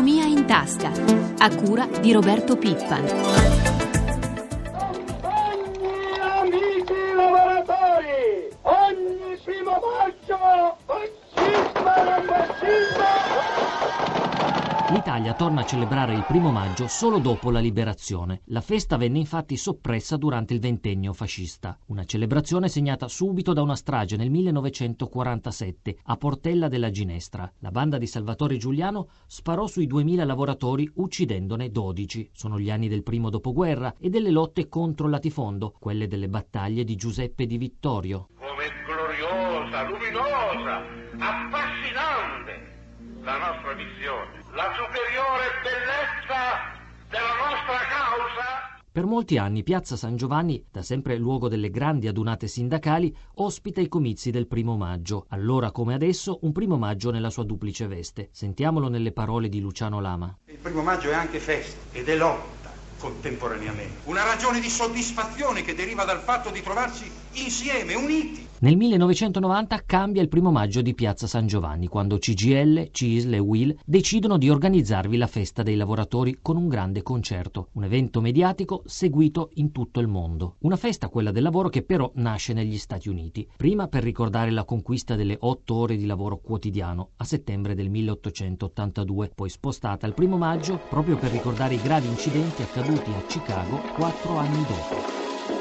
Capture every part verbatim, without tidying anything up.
Economia in tasca, a cura di Roberto Pippan. Ogni amici lavoratori, ogni primo maggio, fascismo non fascismo. L'Italia torna a celebrare il primo maggio solo dopo la liberazione. La festa venne infatti soppressa durante il ventennio fascista. Una celebrazione segnata subito da una strage nel millenovecentoquarantasette a Portella della Ginestra. La banda di Salvatore Giuliano sparò sui duemila lavoratori uccidendone dodici. Sono gli anni del primo dopoguerra e delle lotte contro il latifondo, quelle delle battaglie di Giuseppe Di Vittorio. Come gloriosa, luminosa, affascinante la nostra missione, la superiore bellezza della nostra causa. Per molti anni Piazza San Giovanni, da sempre luogo delle grandi adunate sindacali, ospita i comizi del primo maggio. Allora come adesso un primo maggio nella sua duplice veste. Sentiamolo nelle parole di Luciano Lama. Il primo maggio è anche festa ed è lotta contemporaneamente. Una ragione di soddisfazione che deriva dal fatto di trovarsi insieme, uniti. Nel millenovecentonovanta cambia il primo maggio di Piazza San Giovanni, quando C G I L, C I S L e U I L decidono di organizzarvi la festa dei lavoratori con un grande concerto, un evento mediatico seguito in tutto il mondo. Una festa, quella del lavoro, che però nasce negli Stati Uniti, prima per ricordare la conquista delle otto ore di lavoro quotidiano a settembre del milleottocentottantadue, poi spostata al primo maggio proprio per ricordare i gravi incidenti accaduti a Chicago quattro anni dopo.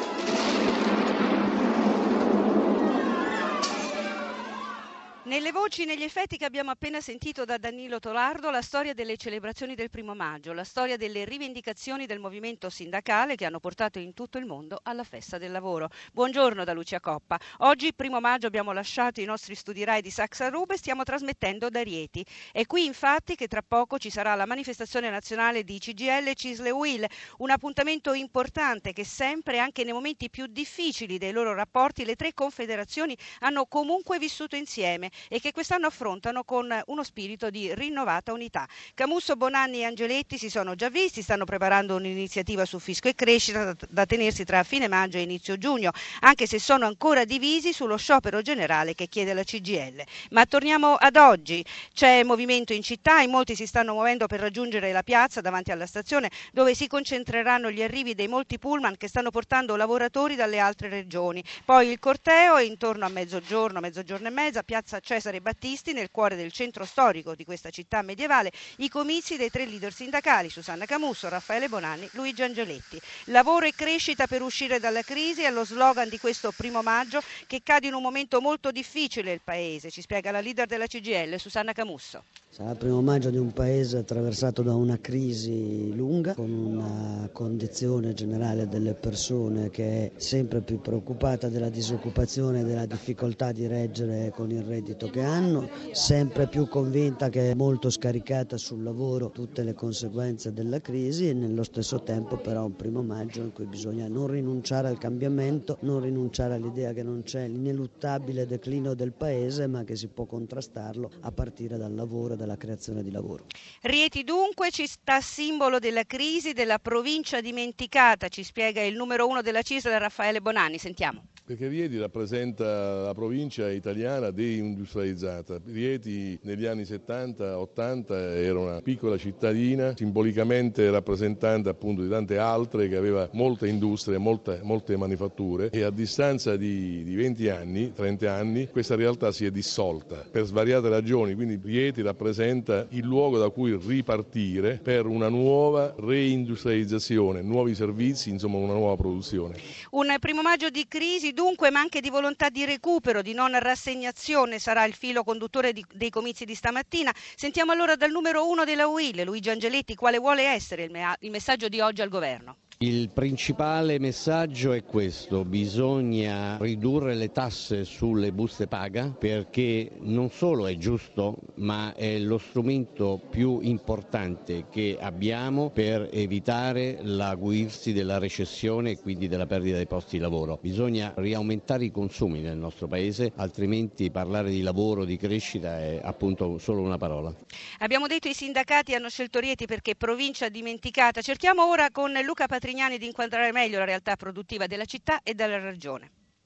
Nelle voci e negli effetti che abbiamo appena sentito da Danilo Tolardo, la storia delle celebrazioni del primo maggio, la storia delle rivendicazioni del movimento sindacale che hanno portato in tutto il mondo alla festa del lavoro. Buongiorno da Lucia Coppa. Oggi, primo maggio, abbiamo lasciato i nostri studi Rai di Saxa Rube e stiamo trasmettendo da Rieti. È qui infatti che tra poco ci sarà la manifestazione nazionale di C G I L, C I S L e U I L, un appuntamento importante che sempre, anche nei momenti più difficili dei loro rapporti, le tre confederazioni hanno comunque vissuto insieme e che quest'anno affrontano con uno spirito di rinnovata unità. Camusso, Bonanni e Angeletti si sono già visti, stanno preparando un'iniziativa su fisco e crescita da, da tenersi tra fine maggio e inizio giugno, anche se sono ancora divisi sullo sciopero generale che chiede la C G I L. Ma torniamo ad oggi. C'è movimento in città, in molti si stanno muovendo per raggiungere la piazza davanti alla stazione dove si concentreranno gli arrivi dei molti pullman che stanno portando lavoratori dalle altre regioni. Poi il corteo e intorno a mezzogiorno, mezzogiorno e mezza, piazza Cesare Battisti, nel cuore del centro storico di questa città medievale, i comizi dei tre leader sindacali, Susanna Camusso, Raffaele Bonanni, Luigi Angeletti. Lavoro e crescita per uscire dalla crisi è lo slogan di questo primo maggio che cade in un momento molto difficile il paese, ci spiega la leader della C G I L, Susanna Camusso. Sarà il primo maggio di un paese attraversato da una crisi lunga, con una condizione generale delle persone che è sempre più preoccupata della disoccupazione e della difficoltà di reggere con il reddito che hanno, sempre più convinta che è molto scaricata sul lavoro tutte le conseguenze della crisi, e nello stesso tempo però un primo maggio in cui bisogna non rinunciare al cambiamento, non rinunciare all'idea che non c'è l'ineluttabile declino del paese, ma che si può contrastarlo a partire dal lavoro e dalla creazione di lavoro. Rieti dunque ci sta simbolo della crisi, della provincia dimenticata, ci spiega il numero uno della C I S L, Raffaele Bonanni. Sentiamo. Perché Rieti rappresenta la provincia italiana deindustrializzata. Rieti negli anni settanta ottanta era una piccola cittadina, simbolicamente rappresentante appunto di tante altre, che aveva molte industrie, molte, molte manifatture, e a distanza di, di venti anni, trenta anni, questa realtà si è dissolta per svariate ragioni, quindi Rieti rappresenta il luogo da cui ripartire per una nuova reindustrializzazione, nuovi servizi, insomma una nuova produzione. Un primo maggio di crisi dunque, ma anche di volontà di recupero, di non rassegnazione sarà il filo conduttore di, dei comizi di stamattina. Sentiamo allora dal numero uno della U I L, Luigi Angeletti, quale vuole essere il, me- il messaggio di oggi al governo. Il principale messaggio è questo: bisogna ridurre le tasse sulle buste paga, perché non solo è giusto, ma è lo strumento più importante che abbiamo per evitare l'acuirsi della recessione e quindi della perdita dei posti di lavoro. Bisogna riaumentare i consumi nel nostro paese, altrimenti parlare di lavoro, di crescita è appunto solo una parola. Abbiamo detto i sindacati hanno scelto Rieti perché provincia dimenticata. Cerchiamo ora con Luca Patrignani di inquadrare meglio la realtà produttiva della città e della regione.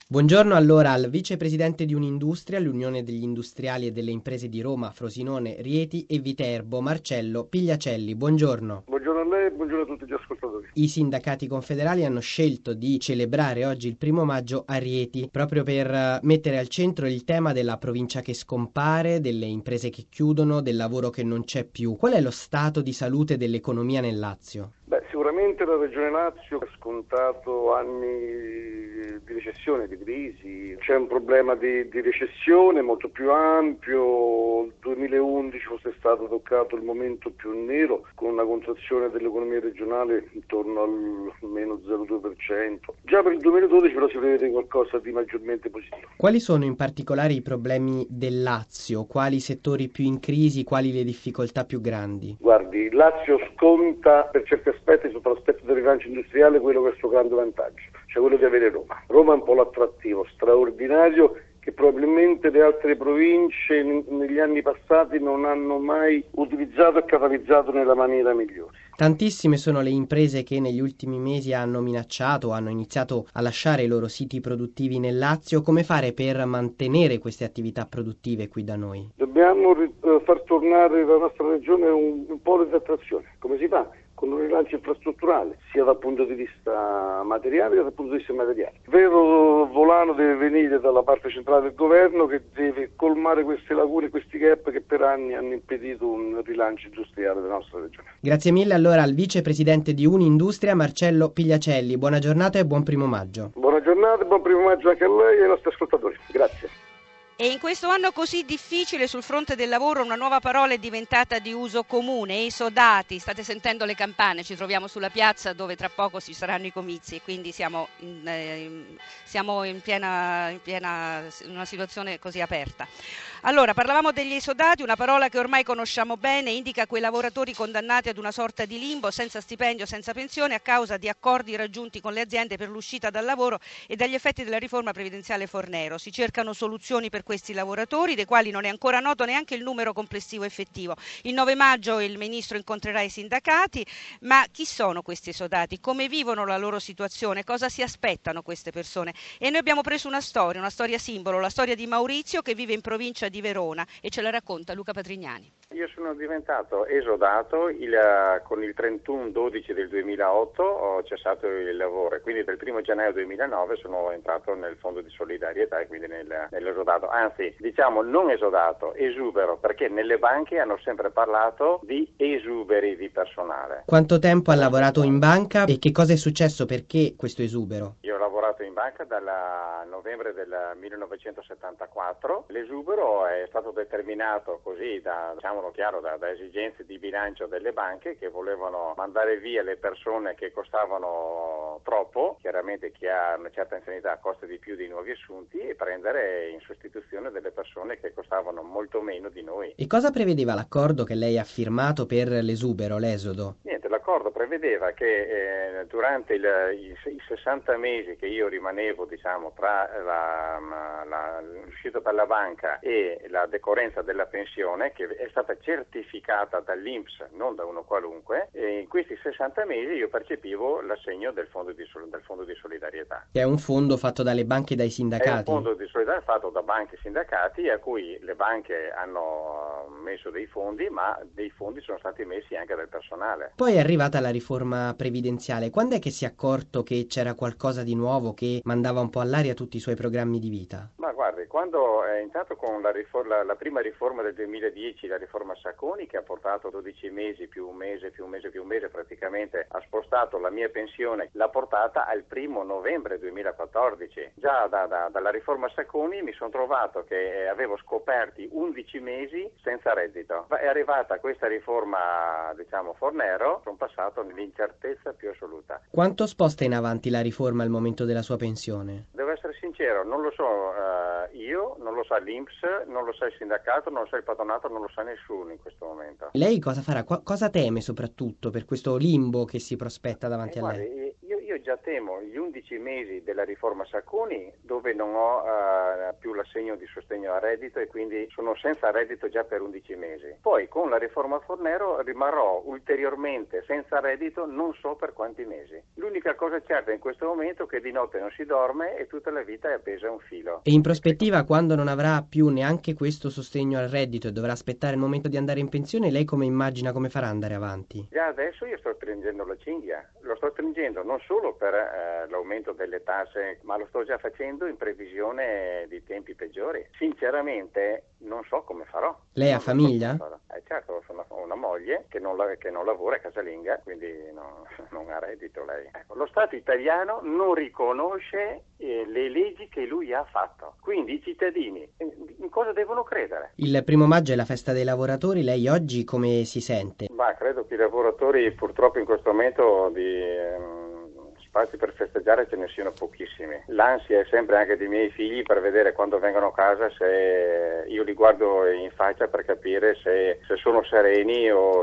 Buongiorno allora al vicepresidente di Unindustria, l'Unione degli Industriali e delle Imprese di Roma, Frosinone, Rieti e Viterbo, Marcello Pigliacelli. Buongiorno. Buongiorno a lei e buongiorno a tutti gli ascoltatori. I sindacati confederali hanno scelto di celebrare oggi il primo maggio a Rieti, proprio per mettere al centro il tema della provincia che scompare, delle imprese che chiudono, del lavoro che non c'è più. Qual è lo stato di salute dell'economia nel Lazio? Beh, sicuramente la Regione Lazio ha scontato anni di recessione, di crisi. C'è un problema di, di recessione molto più ampio. Il duemilaundici fosse stato toccato il momento più nero, con una contrazione dell'economia regionale intorno al meno zero virgola due per cento. Già per il duemiladodici però si prevede qualcosa di maggiormente positivo. Quali sono in particolare i problemi del Lazio? Quali settori più in crisi? Quali le difficoltà più grandi? Guardi, il Lazio sconta per certi aspetti, sotto l'aspetto del rilancio industriale, quello che è il suo grande vantaggio, cioè quello di avere Roma. Roma è un polo attrattivo, straordinario, che probabilmente le altre province negli anni passati non hanno mai utilizzato e catalizzato nella maniera migliore. Tantissime sono le imprese che negli ultimi mesi hanno minacciato, hanno iniziato a lasciare i loro siti produttivi nel Lazio. Come fare per mantenere queste attività produttive qui da noi? Dobbiamo uh, far tornare la nostra regione un, un polo di attrazione. Come si fa? Con un rilancio infrastrutturale, sia dal punto di vista materiale che dal punto di vista immateriale. Il vero volano deve venire dalla parte centrale del governo, che deve colmare queste lacune, questi gap che per anni hanno impedito un rilancio industriale della nostra regione. Grazie mille allora al vicepresidente di Unindustria, Marcello Pigliacelli. Buona giornata e buon primo maggio. Buona giornata e buon primo maggio anche a lei e ai nostri ascoltatori. Grazie. E in questo anno così difficile sul fronte del lavoro una nuova parola è diventata di uso comune, esodati. State sentendo le campane, ci troviamo sulla piazza dove tra poco ci saranno i comizi e quindi siamo in, eh, siamo in piena, in piena in una situazione così aperta. Allora, parlavamo degli esodati, una parola che ormai conosciamo bene, indica quei lavoratori condannati ad una sorta di limbo, senza stipendio, senza pensione, a causa di accordi raggiunti con le aziende per l'uscita dal lavoro e dagli effetti della riforma previdenziale Fornero. Si cercano soluzioni per questi lavoratori, dei quali non è ancora noto neanche il numero complessivo effettivo. Il nove maggio il ministro incontrerà i sindacati, ma chi sono questi esodati? Come vivono la loro situazione? Cosa si aspettano queste persone? E noi abbiamo preso una storia, una storia simbolo, la storia di Maurizio che vive in provincia di Verona e ce la racconta Luca Patrignani. Io sono diventato esodato il, con il trentuno dodici del duemilaotto, ho cessato il lavoro e quindi dal primo gennaio duemilanove sono entrato nel fondo di solidarietà e quindi nel, nell'esodato. Anzi, diciamo non esodato, esubero, perché nelle banche hanno sempre parlato di esuberi di personale. Quanto tempo ha lavorato in banca e che cosa è successo? Perché questo esubero? Io ho lavorato in banca dal novembre del millenovecentosettantaquattro. L'esubero è stato determinato così da, diciamolo chiaro, da, da esigenze di bilancio delle banche che volevano mandare via le persone che costavano troppo, chiaramente chi ha una certa anzianità costa di più dei nuovi assunti, e prendere in sostituzione delle persone che costavano molto meno di noi. E cosa prevedeva l'accordo che lei ha firmato per l'esubero, l'esodo? Niente, l'accordo prevedeva che eh, durante il, i, i sessanta mesi che io rimanevo, diciamo, tra la, la, l'uscita dalla banca e la decorrenza della pensione, che è stata certificata dall'I N P S, non da uno qualunque, e in questi sessanta mesi io percepivo l'assegno del fondo di, del fondo di solidarietà. Che è un fondo fatto dalle banche e dai sindacati? È un fondo di solidarietà fatto da banche e sindacati, a cui le banche hanno messo dei fondi, ma dei fondi sono stati messi anche dal personale. Poi è arrivata la riforma previdenziale. Quando è che si è accorto che c'era qualcosa di nuovo che mandava un po' all'aria tutti i suoi programmi di vita? Ma guardi, quando è iniziato con la, riforma, la, la prima riforma del duemiladieci, la riforma Sacconi, che ha portato dodici mesi più un mese, più un mese, più un mese, praticamente ha spostato la mia pensione, l'ha portata al primo novembre duemilaquattordici. Già da, da, dalla riforma Sacconi mi sono trovato che avevo scoperti undici mesi senza reddito. È arrivata questa riforma, diciamo, Fornero, sono passato nell'incertezza più assoluta. Quanto sposta in avanti la riforma al momento della sua pensione? Devo essere sincero, non lo so uh, io, non lo sa l'I N P S, non lo sa il sindacato, non lo sa il patronato, non lo sa nessuno in questo momento. Lei cosa farà? Qu- cosa teme soprattutto per questo limbo che si prospetta davanti eh, a guardi, lei? Io, io io già temo gli undici mesi della riforma Sacconi, dove non ho uh, più l'assegno di sostegno al reddito e quindi sono senza reddito già per undici mesi. Poi con la riforma Fornero rimarrò ulteriormente senza reddito non so per quanti mesi. L'unica cosa certa in questo momento è che di notte non si dorme e tutta la vita è appesa a un filo. E in prospettiva, quando non avrà più neanche questo sostegno al reddito e dovrà aspettare il momento di andare in pensione, lei come immagina come farà andare avanti? Già adesso io sto stringendo la cinghia, lo sto stringendo non solo per eh, l'aumento delle tasse, ma lo sto già facendo in previsione di tempi peggiori. Sinceramente non so come farò. Lei ha famiglia? So eh, certo, sono, ho una moglie che non, la, che non lavora, è casalinga, quindi no, non ha reddito lei. Ecco, lo Stato italiano non riconosce eh, le leggi che lui ha fatto, quindi i cittadini eh, in cosa devono credere? Il primo maggio è la festa dei lavoratori, lei oggi come si sente? Ma credo che i lavoratori purtroppo in questo momento di ehm, spazi per festeggiare ce ne siano pochissimi. L'ansia è sempre anche dei miei figli per vedere quando vengono a casa se io li guardo in faccia per capire se, se sono sereni o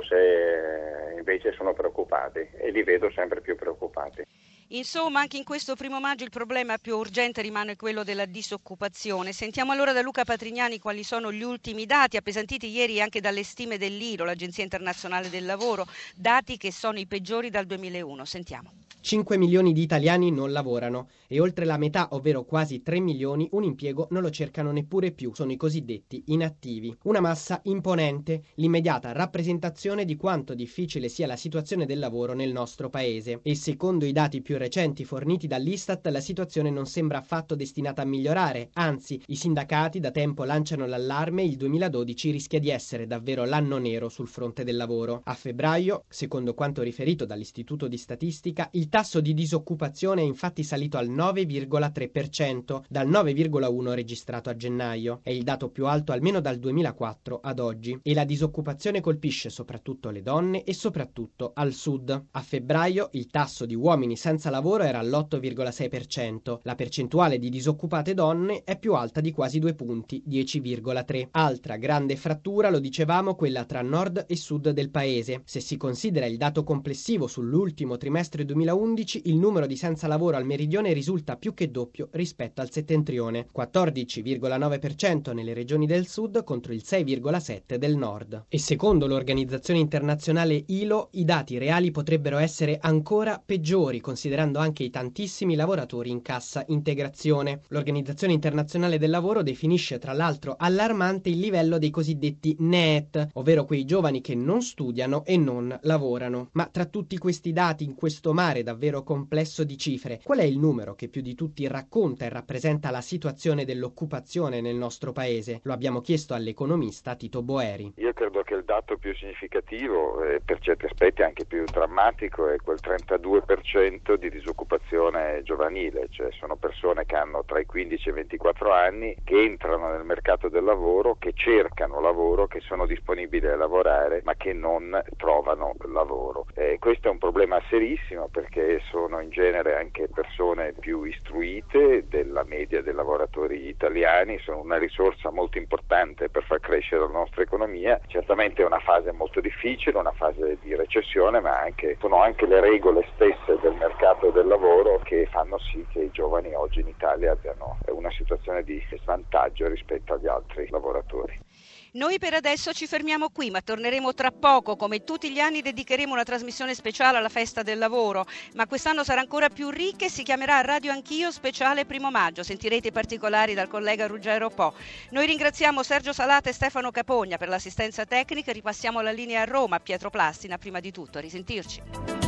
se invece sono preoccupati, e li vedo sempre più preoccupati. Insomma, anche in questo primo maggio il problema più urgente rimane quello della disoccupazione. Sentiamo allora da Luca Patrignani quali sono gli ultimi dati, appesantiti ieri anche dalle stime dell'I L O, l'Agenzia Internazionale del Lavoro, dati che sono i peggiori dal duemilauno. Sentiamo. cinque milioni di italiani non lavorano e oltre la metà, ovvero quasi tre milioni, un impiego non lo cercano neppure più, sono i cosiddetti inattivi. Una massa imponente, l'immediata rappresentazione di quanto difficile sia la situazione del lavoro nel nostro paese. E secondo i dati più recenti forniti dall'Istat, la situazione non sembra affatto destinata a migliorare, anzi i sindacati da tempo lanciano l'allarme e il duemiladodici rischia di essere davvero l'anno nero sul fronte del lavoro. A febbraio, secondo quanto riferito dall'Istituto di Statistica, il tasso di disoccupazione è infatti salito al nove virgola tre per cento, dal nove virgola uno registrato a gennaio. È il dato più alto almeno dal duemilaquattro ad oggi. E la disoccupazione colpisce soprattutto le donne e soprattutto al sud. A febbraio il tasso di uomini senza lavoro era all'otto virgola sei per cento. La percentuale di disoccupate donne è più alta di quasi due punti, dieci virgola tre. Altra grande frattura, lo dicevamo, quella tra nord e sud del paese. Se si considera il dato complessivo sull'ultimo trimestre duemilaundici, il numero di senza lavoro al meridione risulta più che doppio rispetto al settentrione, quattordici virgola nove per cento nelle regioni del sud contro il sei virgola sette per cento del nord. E secondo l'organizzazione internazionale I L O, i dati reali potrebbero essere ancora peggiori, considerando anche i tantissimi lavoratori in cassa integrazione. L'Organizzazione Internazionale del Lavoro definisce tra l'altro allarmante il livello dei cosiddetti N E E T, ovvero quei giovani che non studiano e non lavorano. Ma tra tutti questi dati, in questo mare davvero complesso di cifre, qual è il numero che più di tutti racconta e rappresenta la situazione dell'occupazione nel nostro paese? Lo abbiamo chiesto all'economista Tito Boeri. Io credo che il dato più significativo e per certi aspetti anche più drammatico è quel trentadue per cento di disoccupazione giovanile, cioè sono persone che hanno tra i quindici e i ventiquattro anni, che entrano nel mercato del lavoro, che cercano lavoro, che sono disponibili a lavorare ma che non trovano lavoro. Eh, questo è un problema serissimo perché sono in genere anche persone più istruite della media dei lavoratori italiani, sono una risorsa molto importante per far crescere la nostra economia. Certamente è una fase molto difficile, una fase di recessione, ma anche, sono anche le regole stesse del mercato del lavoro che fanno sì che i giovani oggi in Italia abbiano una situazione di svantaggio rispetto agli altri lavoratori. Noi per adesso ci fermiamo qui, ma torneremo tra poco. Come tutti gli anni dedicheremo una trasmissione speciale alla festa del lavoro, ma quest'anno sarà ancora più ricca e si chiamerà Radio Anch'io Speciale Primo Maggio. Sentirete i particolari dal collega Ruggero Po. Noi ringraziamo Sergio Salata e Stefano Capogna per l'assistenza tecnica e ripassiamo la linea a Roma, a Pietro Plastina. Prima di tutto, a risentirci.